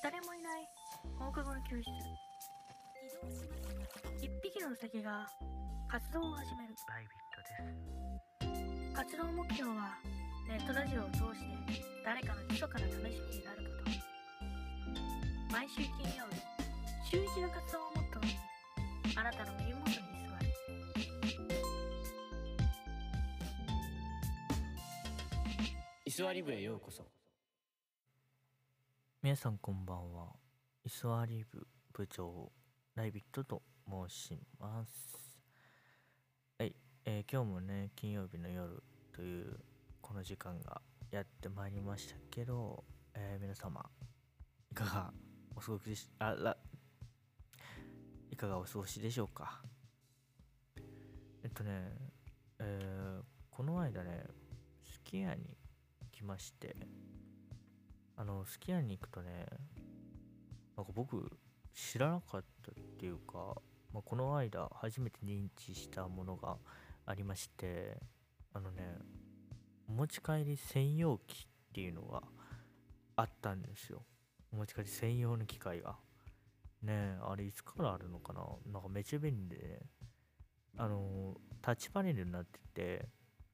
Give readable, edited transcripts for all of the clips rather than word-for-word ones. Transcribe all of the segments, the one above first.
誰もいない放課後の教室。一匹のウサギが活動を始める。 ライビットです。 活動目標はネットラジオを通して誰かの密かな試しになること。毎週金曜日、週一の活動をモットーにあなたの耳元に居座る。 居座り部へようこそ。皆さんこんばんは。居座り部部長ライビットと申します。はい、今日もね金曜日の夜というこの時間がやってまいりましたけど、皆様いかがお過ごしいかがお過ごしでしょうか。この間ねすき家に来まして、すき家に行くとね、なんか僕知らなかったっていうか、この間初めて認知したものがありまして、お持ち帰り専用機っていうのがあったんですよ。お持ち帰り専用の機械がね。あれいつからあるのかな。なんかめっちゃ便利でね、タッチパネルになってて、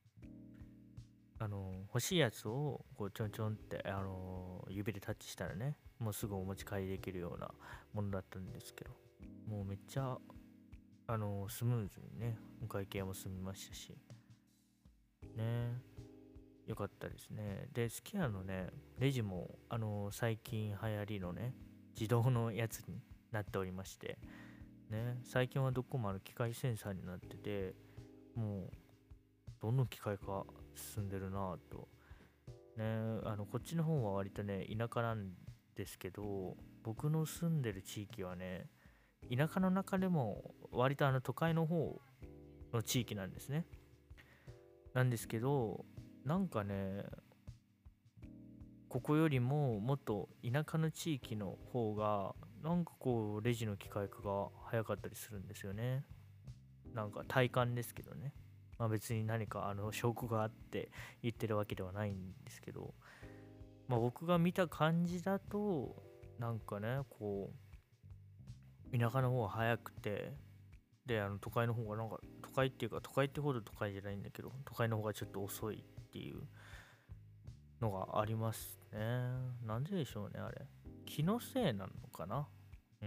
欲しいやつをこうちょんちょんって、指でタッチしたらね、もうすぐお持ち帰りできるようなものだったんですけど、もうめっちゃスムーズにねお会計も済みましたしね、よかったですね。でスキヤのねレジも最近流行りのね自動のやつになっておりましてね、最近はどこも機械センサーになってて、もうどんどん機械化進んでるなぁとね。こっちの方は割とね田舎なんですけど、僕の住んでる地域はね田舎の中でも割と都会の方の地域なんですね。なんですけど、なんかねここよりももっと田舎の地域の方がなんかこうレジの機械化が早かったりするんですよね。なんか体感ですけどね。別に何か証拠があって言ってるわけではないんですけど、僕が見た感じだとなんかねこう田舎の方が早くて、で都会の方がなんか都会っていうか都会ってほど都会じゃないんだけど、都会の方がちょっと遅いっていうのがありますね。なんででしょうね、あれ気のせいなのかな。うん。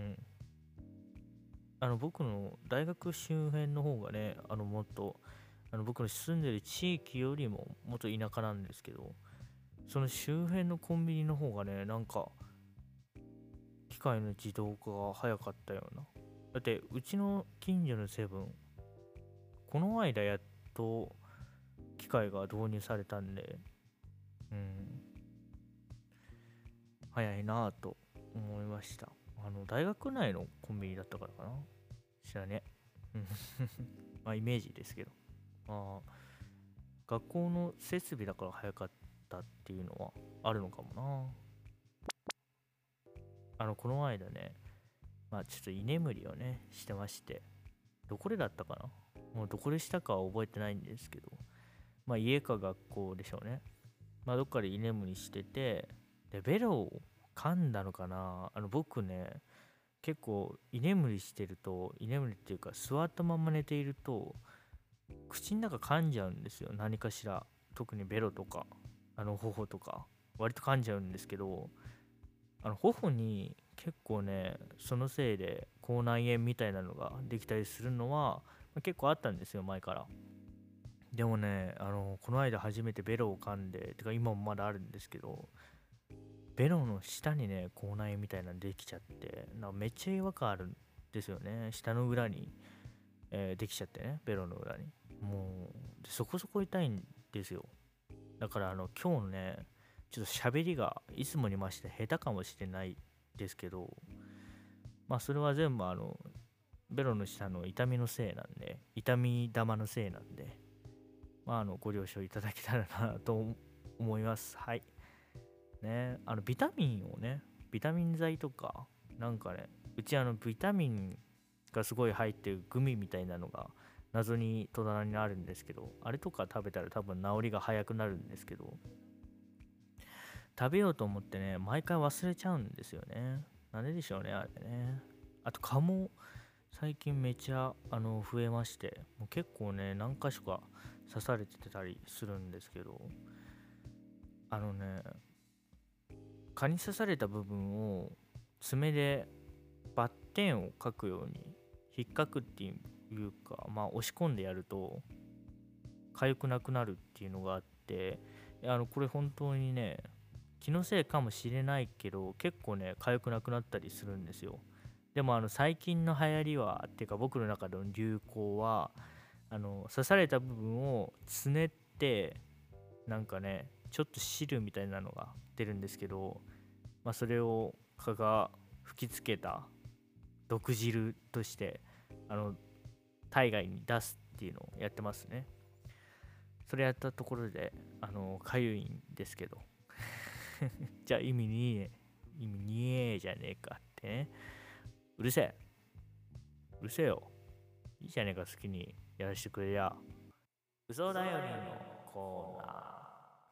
僕の大学周辺の方がねもっと僕の住んでる地域よりももっと田舎なんですけど、その周辺のコンビニの方がねなんか機械の自動化が早かったような。だってうちの近所のセブン、この間やっと機械が導入されたんで、早いなぁと思いました。大学内のコンビニだったからかな、知らねイメージですけど、学校の設備だから早かったっていうのはあるのかもな。この間ねちょっと居眠りをねしてまして、どこでだったかな、もうどこでしたかは覚えてないんですけど、家か学校でしょうね。どっかで居眠りしてて、でベロを噛んだのかな。僕ね結構居眠りしてると、居眠りっていうか座ったまま寝ていると口の中噛んじゃうんですよ、何かしら。特にベロとか頬とか割と噛んじゃうんですけど、頬に結構ねそのせいで口内炎みたいなのができたりするのは結構あったんですよ、前から。でもねこの間初めてベロを噛んで、てか今もまだあるんですけど、ベロの下にね口内炎みたいなのできちゃって、なんかめっちゃ違和感あるんですよね、下の裏に、できちゃってね、ベロの裏に。もうそこそこ痛いんですよ。だから今日のねちょっと喋りがいつもに増して下手かもしれないですけど、それは全部ベロの下の痛みのせいなんで、痛み玉のせいなんで、ご了承いただけたらなと思います。はいね。ビタミンをね、ビタミン剤とかなんかね、うちビタミンがすごい入ってるグミみたいなのが謎に戸棚にあるんですけど、あれとか食べたら多分治りが早くなるんですけど、 食べようと思ってね、毎回忘れちゃうんですよね。なんででしょうね、あれね。あと蚊も最近めちゃ増えまして、もう結構ね、何箇所か刺されてたりするんですけど、あのね、蚊に刺された部分を爪でバッテンを描くように引っかくっていうか、まあ押し込んでやると痒くなくなるっていうのがあって、これ本当にね、気のせいかもしれないけど、結構ね、痒くなくなったりするんですよ。でも最近の流行りは、っていうか僕の中での流行は、刺された部分をつねって、なんかね、ちょっと汁みたいなのが出るんですけど、まあ、それを蚊が吹きつけた毒汁として、体外に出すっていうのをやってますね。それやったところで、かゆいんですけど。じゃあ意味にえ、意味にえじゃねえかってね。うるせえ。うるせえよ。いいじゃねえか、好きにやらしてくれや。嘘だよりのコーナー。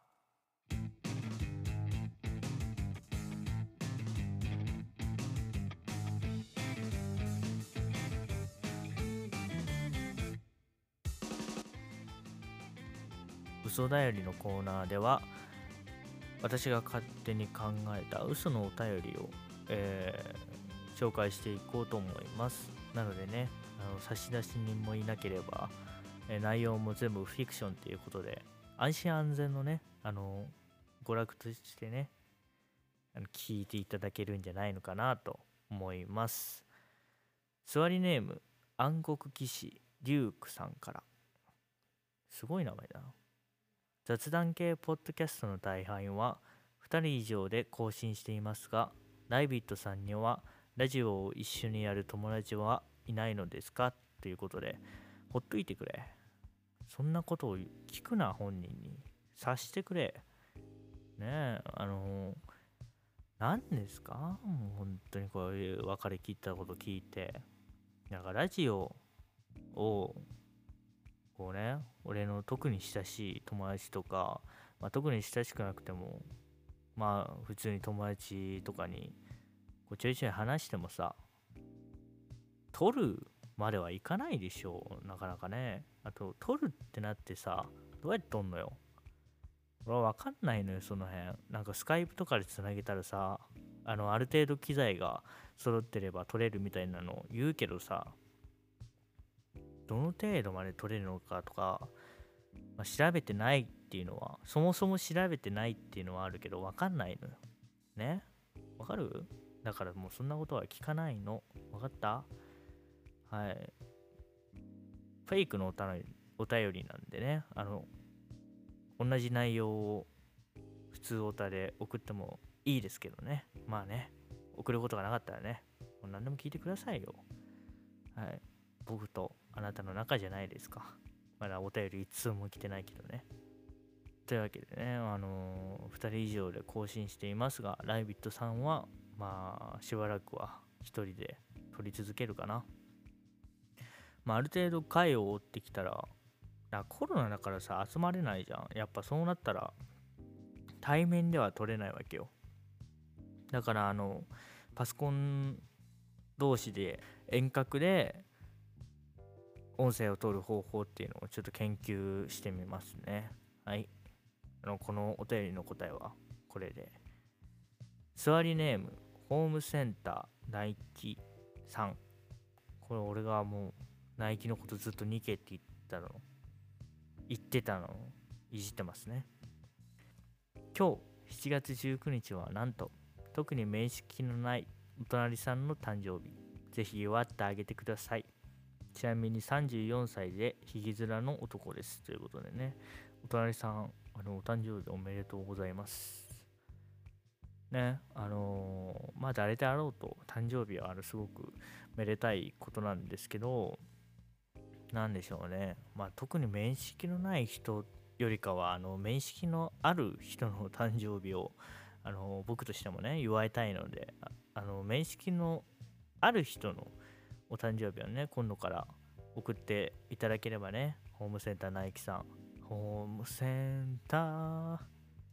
嘘だよりのコーナーでは、私が勝手に考えた嘘のお便りを、紹介していこうと思います。なのでね、差出人もいなければ、内容も全部フィクションということで、安心安全のね、娯楽としてね、聞いていただけるんじゃないのかなと思います。座りネーム、暗黒騎士リュークさんから。すごい名前だな。雑談系ポッドキャストの大半は2人以上で更新していますが、ライビットさんにはラジオを一緒にやる友達はいないのですかということで、ほっといてくれ。そんなことを聞くな、本人に。察してくれ。ねえ、何ですか、もう本当にこういう別れ切ったこと聞いて。なんかラジオを、こうね、俺の特に親しい友達とか、まあ、特に親しくなくても、まあ普通に友達とかにこうちょいちょい話してもさ、撮るまではいかないでしょう、なかなかね。あと撮るってなってさ、どうやって撮んのよ。俺は分かんないのよ、その辺。なんかスカイプとかでつなげたらさ、ある程度機材が揃ってれば撮れるみたいなの言うけどさ、どの程度まで撮れるのかとか、まあ、調べてないっていうのは、そもそも調べてないっていうのはあるけど、分かんないのよ。ね、わかる？だからもうそんなことは聞かないの。わかった？はい。フェイクのお便りなんでね、同じ内容を普通おたで送ってもいいですけどね。まあね、送ることがなかったらね、もう何でも聞いてくださいよ。はい。僕とあなたの仲じゃないですか。まだお便り一通も来てないけどね。というわけでね、2人以上で更新していますが、ライビットさんは、まあ、しばらくは一人で撮り続けるかな。まあ、ある程度回を追ってきたら、コロナだからさ、集まれないじゃん。やっぱそうなったら、対面では撮れないわけよ。だから、パソコン同士で遠隔で音声を取る方法っていうのをちょっと研究してみますね。はい。このお便りの答えはこれで。座りネーム、ホームセンター、ナイキさん。これ俺がもう、ナイキのことずっとニケって言ってたのいじってますね。今日7月19日はなんと、特に面識のないお隣さんの誕生日。ぜひ祝ってあげてください。ちなみに34歳でひげ面の男です。ということでね、お隣さん、お誕生日おめでとうございます。ね、まあ誰であろうと誕生日はすごくめでたいことなんですけど、なんでしょうね。まあ特に面識のない人よりかは、面識のある人の誕生日を、僕としてもね、祝いたいので、面識のある人のお誕生日をね、今度から送っていただければね、ホームセンターナイキさん。ホームセンター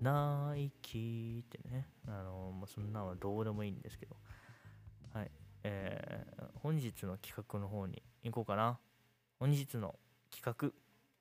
ナイキってね、もうそんなのはどうでもいいんですけど、はい、本日の企画の方に行こうかな。本日の企画、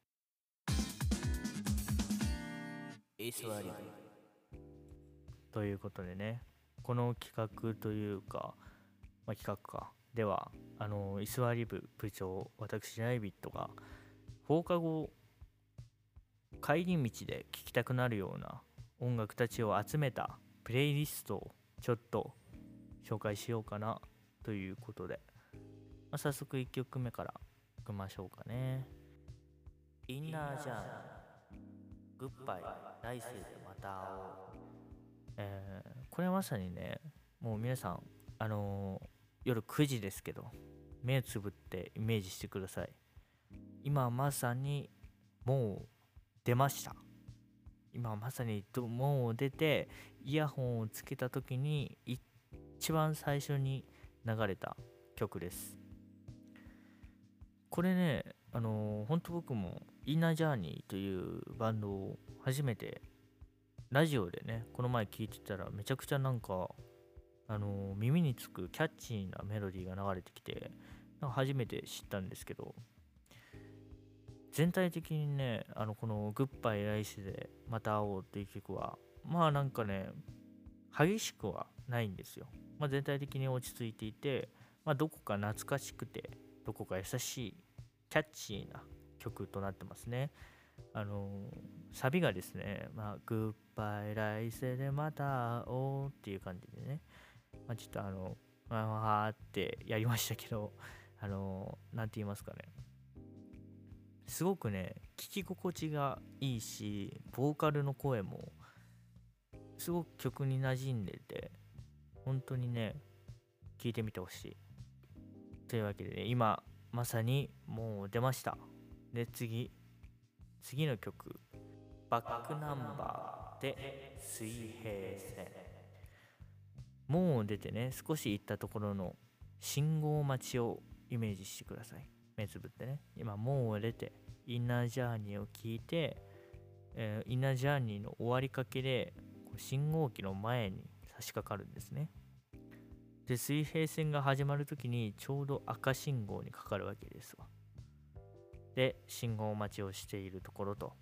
エースワーリブということでね、この企画というか、企画かでは、イスワリブ部長、私ライビットが放課後帰り道で聴きたくなるような音楽たちを集めたプレイリストをちょっと紹介しようかなということで、早速1曲目からいきましょうかね。インナージャーニー、グッバイ来世でまた会おう。これはまさにね、もう皆さん、夜9時ですけど、目をつぶってイメージしてください。今まさにもう出ました。今まさにもう出て、イヤホンをつけた時に一番最初に流れた曲です。これね、本当僕もインナージャーニーというバンドを初めてラジオでね、この前聞いてたらめちゃくちゃなんか、耳につくキャッチーなメロディーが流れてきて、なんか初めて知ったんですけど、全体的にね、このグッバイ来世でまた会おうっていう曲は、なんかね、激しくはないんですよ。全体的に落ち着いていて、どこか懐かしくて、どこか優しい、キャッチーな曲となってますね。サビがですね、グッバイ来世でまた会おうっていう感じでね、ちょっとわーってやりましたけど、なんて言いますかね、すごくね、聞き心地がいいし、ボーカルの声もすごく曲に馴染んでて、本当にね、聞いてみてほしい。というわけでね、今まさにもう出ました。で、次の曲、バックナンバーで水平線。もう出てね、少し行ったところの信号待ちをイメージしてください。目つぶってね。今もう出て、インナージャーニーを聞いて、インナージャーニーの終わりかけで信号機の前に差し掛かるんですね。で、水平線が始まるときにちょうど赤信号にかかるわけですわ。で、信号待ちをしているところと。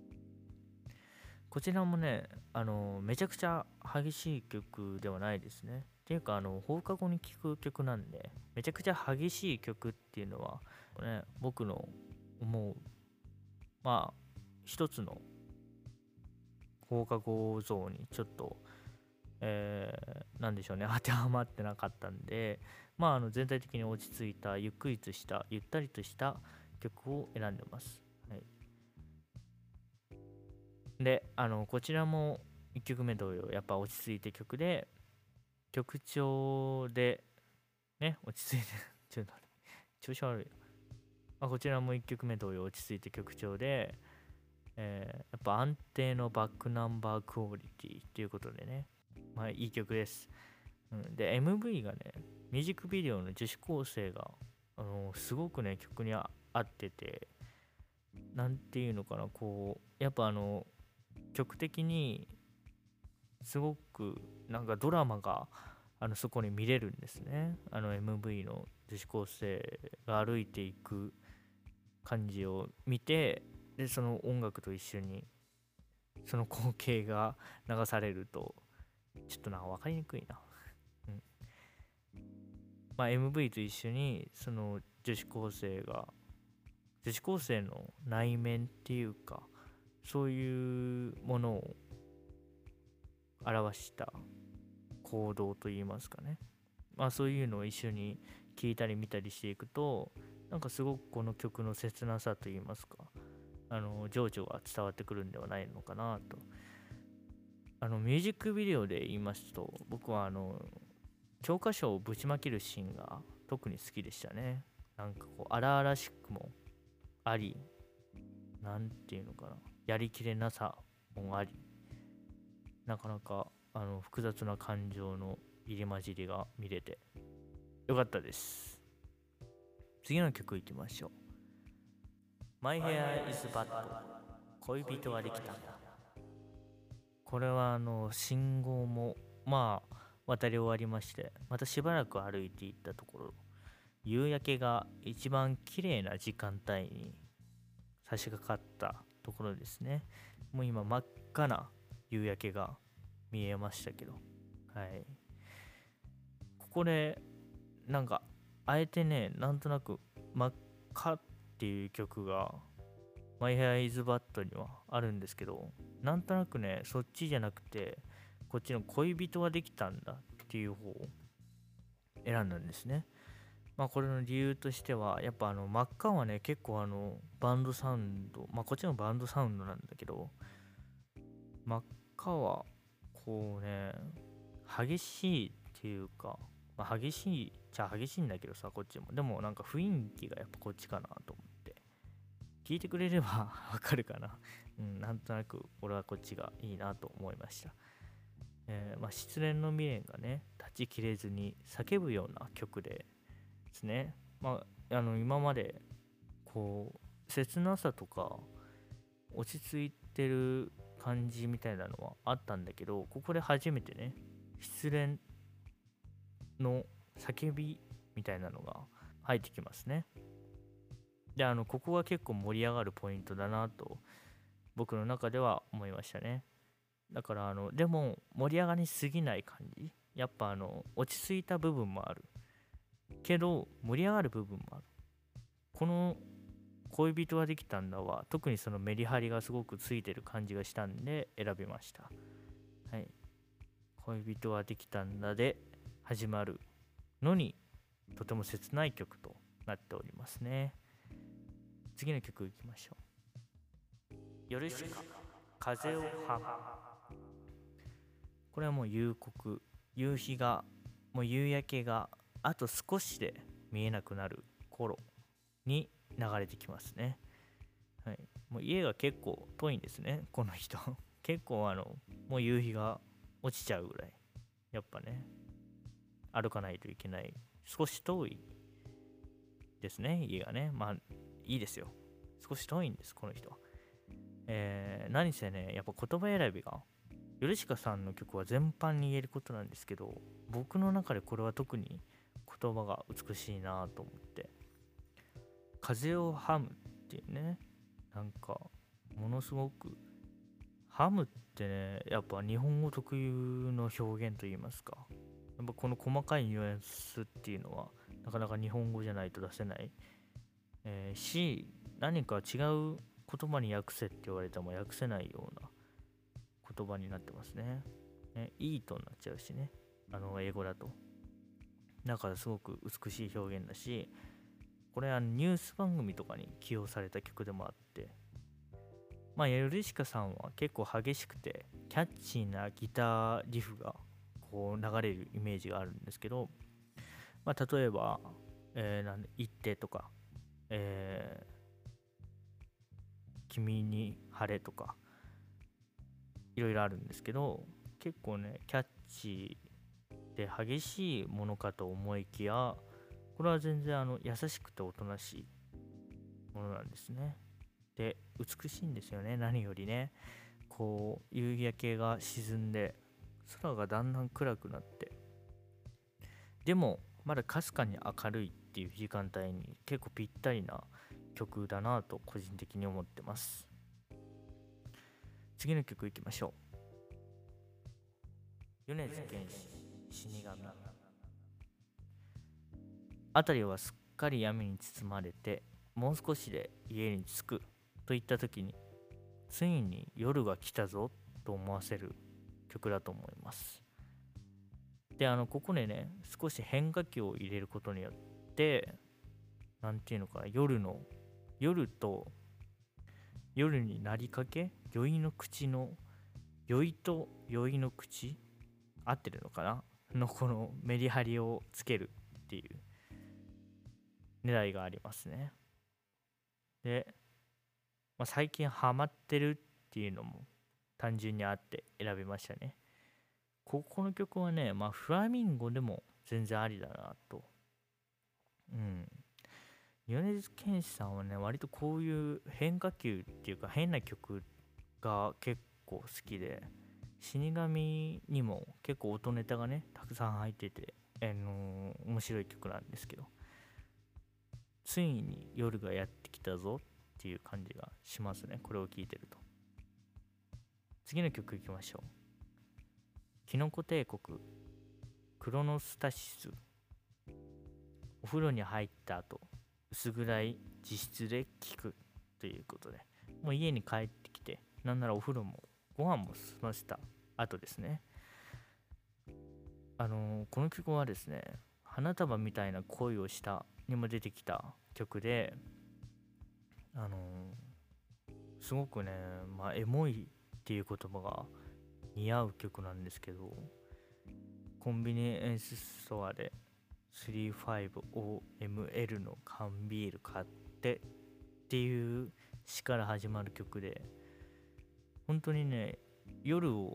こちらもね、めちゃくちゃ激しい曲ではないですね。っていうか、放課後に聴く曲なんで、めちゃくちゃ激しい曲っていうのは、ね、僕の思う、一つの放課後像にちょっと、なんでしょうね、当てはまってなかったんで、全体的に落ち着いた、ゆっくりとした、ゆったりとした曲を選んでます。はい、で、こちらも1曲目同様、やっぱ落ち着いて曲で、曲調で、ね、落ち着いて、ちょっと調子悪い。こちらも1曲目同様、落ち着いて曲調で、やっぱ安定のバックナンバークオリティっていうことでね、いい曲です。で、MV がね、ミュージックビデオの女子高生が、すごくね、曲に合ってて、なんていうのかな、やっぱ曲的に、すごく、なんかドラマが、そこに見れるんですね。MV の女子高生が歩いていく感じを見て、で、その音楽と一緒に、その光景が流されると、ちょっと分かりにくいな。MV と一緒にその女子高生の内面っていうか、そういうものを表した行動といいますかね、そういうのを一緒に聞いたり見たりしていくと、なんかすごくこの曲の切なさといいますか、情緒が伝わってくるんではないのかなと。ミュージックビデオで言いますと、僕は教科書をぶちまけるシーンが特に好きでしたね。なんか荒々しくもあり、なんていうのかな、やりきれなさもあり、なかなか複雑な感情の入り混じりが見れてよかったです。次の曲いきましょう。My hair is bad、 恋人はできたんだ。 これは信号もまあ渡り終わりまして、またしばらく歩いていったところ、夕焼けが一番綺麗な時間帯に差し掛かったところですね。もう今真っ赤な夕焼けが見えましたけど、はい。ここでなんかあえてね、なんとなく真っ赤っていう曲がマイヘアイズバッドにはあるんですけど、なんとなくね、そっちじゃなくて、こっちの恋人はできたんだっていう方を選んだんですね。まあこれの理由としては、やっぱ真っ赤はね、結構バンドサウンド、まあこっちのバンドサウンドなんだけど、真っ赤はこうね、激しいっていうか、まあ、激しいっちゃ激しいんだけどさ、こっちも。でもなんか雰囲気がやっぱこっちかなと思って。聞いてくれればわかるかな。うん、なんとなく俺はこっちがいいなと思いました。まあ、失恋の未練がね、断ち切れずに叫ぶような曲ですね。まあ、今までこう切なさとか落ち着いてる感じみたいなのはあったんだけど、ここで初めてね、失恋の叫びみたいなのが入ってきますね。で、ここが結構盛り上がるポイントだなと僕の中では思いましたね。だからでも盛り上がりすぎない感じ。やっぱ落ち着いた部分もある。けど盛り上がる部分もある。この恋人はできたんだは特にそのメリハリがすごくついてる感じがしたんで選びました。はい。恋人はできたんだで始まるのにとても切ない曲となっておりますね。次の曲いきましょう。夜しか風をはむ。これはもう夕刻、夕日が、もう夕焼けがあと少しで見えなくなる頃に流れてきますね。はい。もう家が結構遠いんですね、この人。結構もう夕日が落ちちゃうぐらい。やっぱね、歩かないといけない。少し遠いですね、家がね。まあ、いいですよ。少し遠いんです、この人は。何せね、やっぱ言葉選びが、ヨルシカさんの曲は全般に言えることなんですけど、僕の中でこれは特に言葉が美しいなと思って、風をハムっていうね、なんかものすごくハムってね、やっぱ日本語特有の表現といいますか、やっぱこの細かいニュアンスっていうのはなかなか日本語じゃないと出せない、し、何か違う言葉に訳せって言われても訳せないような言葉になってますね。いいとなっちゃうしね、英語だと。だからすごく美しい表現だし、これはニュース番組とかに起用された曲でもあって、まあヨルシカさんは結構激しくてキャッチーなギターリフがこう流れるイメージがあるんですけど、まあ例えば、行ってとか、君に晴れとかいろいろあるんですけど、結構ねキャッチーで激しいものかと思いきや、これは全然優しくておとなしいものなんですね。で、美しいんですよね、何よりね。こう夕焼けが沈んで空がだんだん暗くなって、でもまだかすかに明るいっていう時間帯に結構ぴったりな曲だなと個人的に思ってます。次の曲いきましょう。米津玄師死神。辺りはすっかり闇に包まれて、もう少しで家に着くといった時に、ついに夜が来たぞと思わせる曲だと思います。で、ここでね、少し変化球を入れることによって、なんていうのかな、夜と夜になりかけ、酔いの口の、酔いと酔いの口、合ってるのかなのこのメリハリをつけるっていう狙いがありますね。で、まあ、最近ハマってるっていうのも単純にあって選びましたね。ここの曲はね、まあフラミンゴでも全然ありだなと。うん。米津玄師さんはね、割とこういう変化球っていうか変な曲が結構好きで、 死神にも結構音ネタがねたくさん入ってて、面白い曲なんですけど、ついに夜がやってきたぞっていう感じがしますね、これを聴いてると。次の曲いきましょう。キノコ帝国クロノスタシス。お風呂に入った後薄暗い自室で聴くということで、もう家に帰ってきて、なんならお風呂もご飯も済ませた後ですね。この曲はですね、花束みたいな恋をしたにも出てきた曲で、すごくね、エモいっていう言葉が似合う曲なんですけど、コンビニエンスストアで 35OML の缶ビール買ってっていう詩から始まる曲で、本当にね、夜を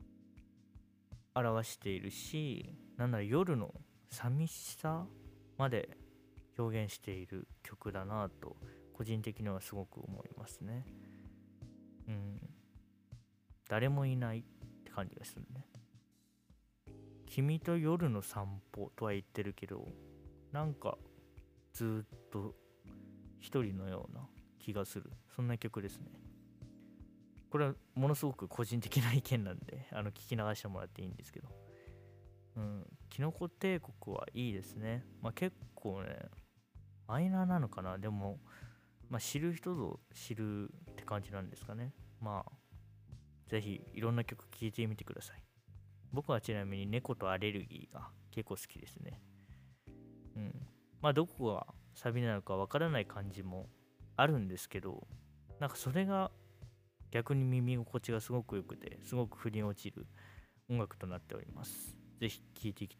表しているし、なんなら夜の寂しさまで表現している曲だなと個人的にはすごく思いますね。誰もいないって感じがするね。君と夜の散歩とは言ってるけど、なんかずっと一人のような気がする、そんな曲ですね。これはものすごく個人的な意見なんで聞き流してもらっていいんですけど、キノコ帝国はいいですね。結構ねマイナーなのかな。でも知る人ぞ知るって感じなんですかね。ぜひいろんな曲聴いてみてください。僕はちなみに猫とアレルギーが結構好きですね。どこがサビなのかわからない感じもあるんですけど、なんかそれが逆に耳心地がすごく良くて、すごく腑に落ちる音楽となっております。ぜひ聴いて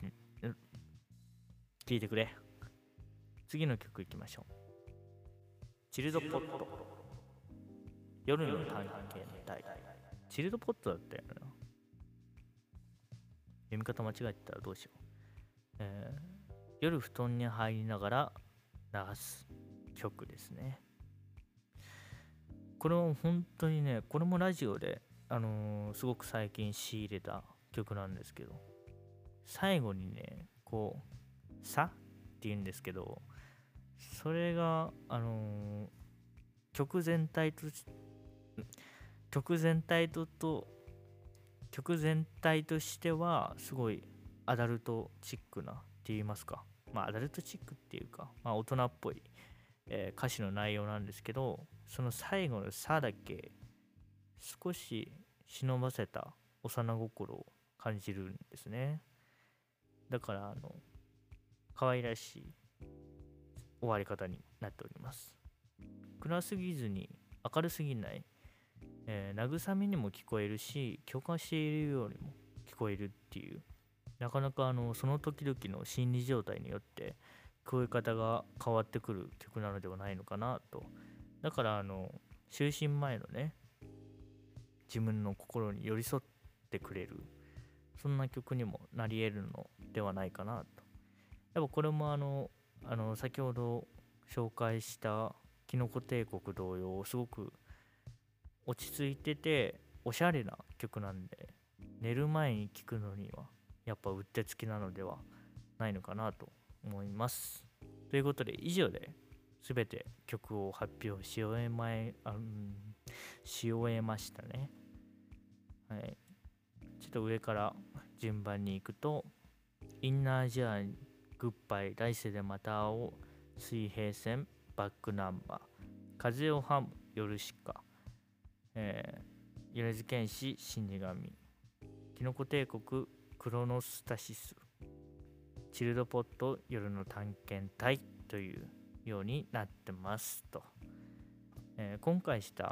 くれ。次の曲いきましょう。チルドポット夜の探検隊。チルドポットだったよな。読み方間違えてたらどうしよう。夜布団に入りながら流す曲ですね。これは本当にね、これもラジオで、すごく最近仕入れた曲なんですけど、最後にね、こう、さって言うんですけど、それが、曲全体としてはすごいアダルトチックなって言いますか、アダルトチックっていうか、大人っぽい、歌詞の内容なんですけど、その最後のさだけ少し忍ばせた幼心を感じるんですね。だから可愛らしい終わり方になっております。暗すぎずに明るすぎない、慰めにも聞こえるし、共感しているようにも聞こえるっていう、なかなかその時々の心理状態によって聞こえ方が変わってくる曲なのではないのかなと。だから就寝前のね、自分の心に寄り添ってくれる、そんな曲にもなり得るのではないかなと。やっぱこれも先ほど紹介したキノコ帝国同様、すごく落ち着いてておしゃれな曲なんで、寝る前に聴くのにはやっぱうってつけなのではないのかなと思います。ということで、以上で全て曲を発表し終えましたね。はい。ちょっと上から順番に行くと、インナージャーニー、グッバイ、来世でまた会おう、水平線、バックナンバー、風をハム、夜しか、米津玄師、死神、キノコ帝国、クロノスタシス、チルドポット、夜の探検隊というようになってますと。今回紹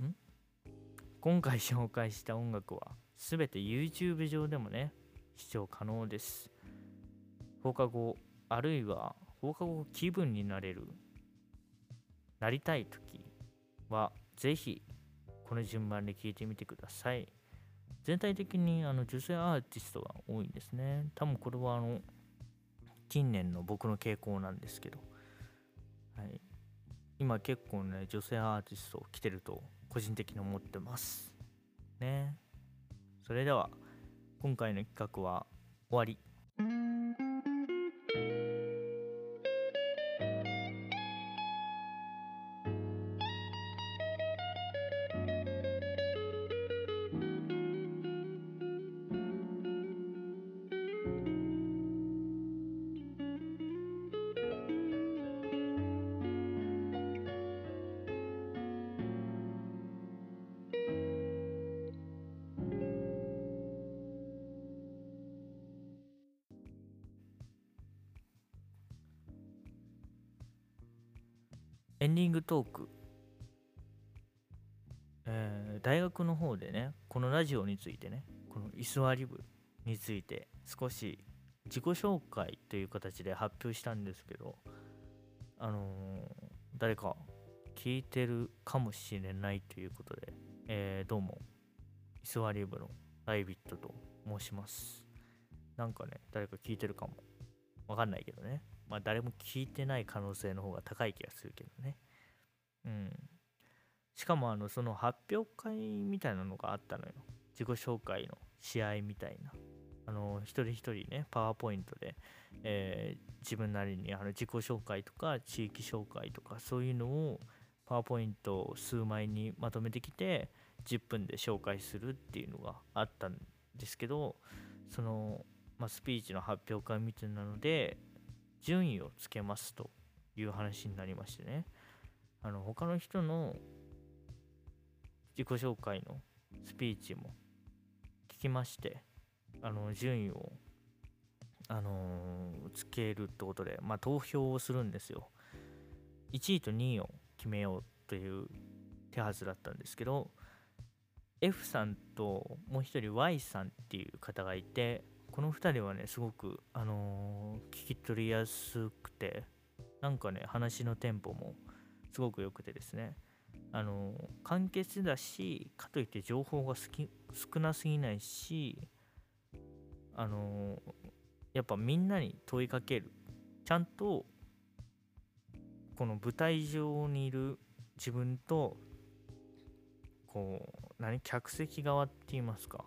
介した音楽はすべて YouTube 上でもね、視聴可能です。放課後、あるいは放課後気分になりたいときはぜひこの順番で聴いてみてください。全体的に女性アーティストが多いんですね。多分これは近年の僕の傾向なんですけど、はい、今結構ね女性アーティスト来てると個人的に思ってますね。 それでは今回の企画は終わり。エンディングトーク、大学の方でね、このラジオについてね、この居座り部について少し自己紹介という形で発表したんですけど、誰か聞いてるかもしれないということで、どうも、居座り部のライビットと申します。なんかね、誰か聞いてるかも。わかんないけどね。まあ誰も聞いてない可能性の方が高い気がするけどね。しかもその発表会みたいなのがあったのよ。自己紹介の試合みたいな。一人一人ね、パワーポイントで、自分なりに自己紹介とか地域紹介とかそういうのをパワーポイントを数枚にまとめてきて10分で紹介するっていうのがあったんですけど、その、スピーチの発表会みたいなので順位をつけますという話になりましてね、他の人の自己紹介のスピーチも聞きまして、順位を、つけるってことで、投票をするんですよ。1位と2位を決めようという手はずだったんですけど、F さんともう一人 Y さんっていう方がいて、この2人はね、すごく、聞き取りやすくて、なんかね、話のテンポもすごく良くてですね、簡潔だし、かといって情報が少なすぎないし、やっぱみんなに問いかける。ちゃんと、この舞台上にいる自分と、客席側って言いますか、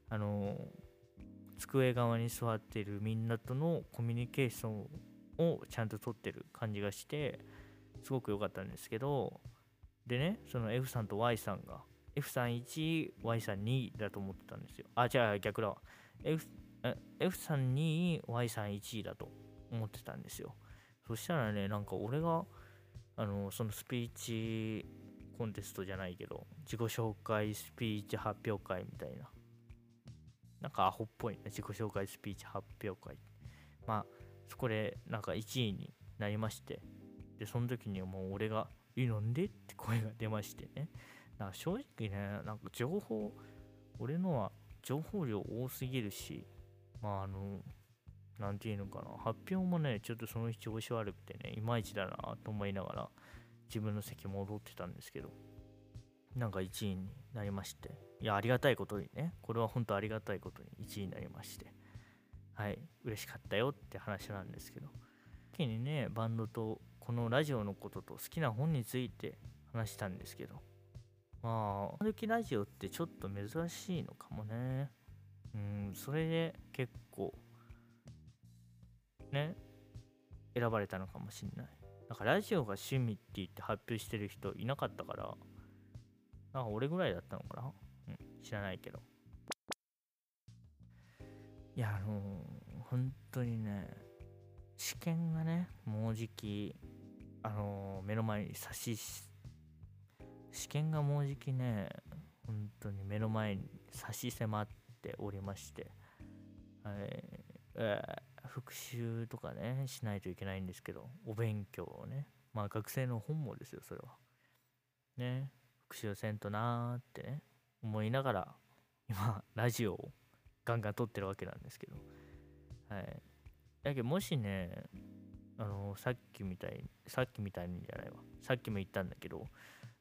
机側に座っているみんなとのコミュニケーションをちゃんと取ってる感じがして、すごく良かったんですけど、でね、その F さんと Y さんが、F さん1位、Y さん2位だと思ってたんですよ。じゃあ逆だわ。F さん2位、Y さん1位だと思ってたんですよ。そしたらね、なんか俺が、そのスピーチコンテストじゃないけど、自己紹介スピーチ発表会みたいな。なんかアホっぽいね、自己紹介スピーチ発表会。そこでなんか1位になりまして、で、その時にはもう俺が、なんでって声が出ましてね。なんか正直ね、なんか俺のは情報量多すぎるし、なんていうのかな、発表もね、ちょっとその日調子悪くてね、いまいちだなと思いながら、自分の席戻ってたんですけど、なんか1位になりまして、いや、ありがたいことにね、これは本当ありがたいことに1位になりまして、はい、嬉しかったよって話なんですけど、時にね、バンドとこのラジオのことと好きな本について話したんですけど、今時ラジオってちょっと珍しいのかもね。それで結構ね、選ばれたのかもしんない。なんかラジオが趣味って言って発表してる人いなかったから、なんか俺ぐらいだったのかな、知らないけど。いや、本当にね、試験がね、もうじき、目の前に試験がもうじきね、本当に目の前に差し迫っておりまして、復習とかね、しないといけないんですけど、お勉強をね、学生の本望ですよ、それは。ね、復習せんとなーってね、思いながら、今、ラジオをガンガン撮ってるわけなんですけど、だけど、もしね、さっきみたいにじゃないわ。さっきも言ったんだけど、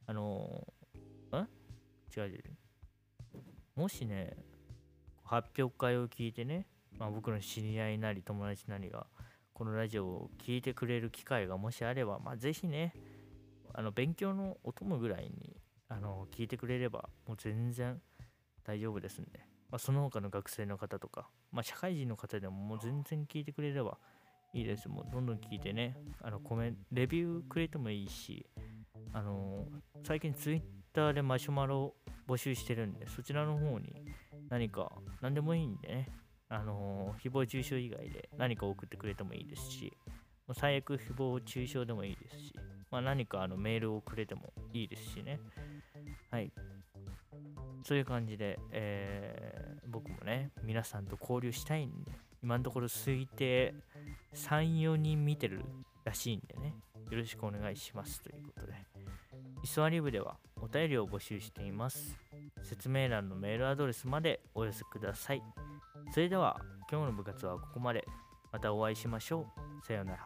違う。もしね、発表会を聞いてね、僕の知り合いなり友達なりが、このラジオを聞いてくれる機会がもしあれば、ぜひね、勉強のお供ぐらいに、聞いてくれれば、もう全然大丈夫ですんで、 その他の学生の方とか、社会人の方でももう全然聞いてくれればいいです。もうどんどん聞いてね、レビューくれてもいいし、最近ツイッターでマシュマロ募集してるんで、そちらの方に何でもいいんでね、誹謗中傷以外で何か送ってくれてもいいですし、最悪誹謗中傷でもいいですし、何かメールをくれてもいいですしね。はい。そういう感じで、僕もね、皆さんと交流したいんで、今のところ推定3、4人見てるらしいんでね、よろしくお願いしますということで。イソアリブではお便りを募集しています。説明欄のメールアドレスまでお寄せください。それでは今日の部活はここまで。またお会いしましょう。さようなら。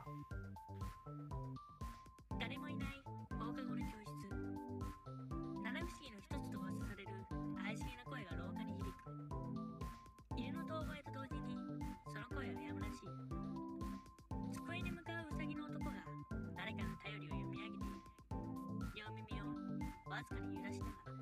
誰もいない放課後の教室。七不思議の一つと噂される怪しげな声が廊下に響く。犬の遠吠えと同時にその声はやむなしい。机に向かうウサギの男が誰かの頼りを読み上げている。両耳をわずかに揺らしながら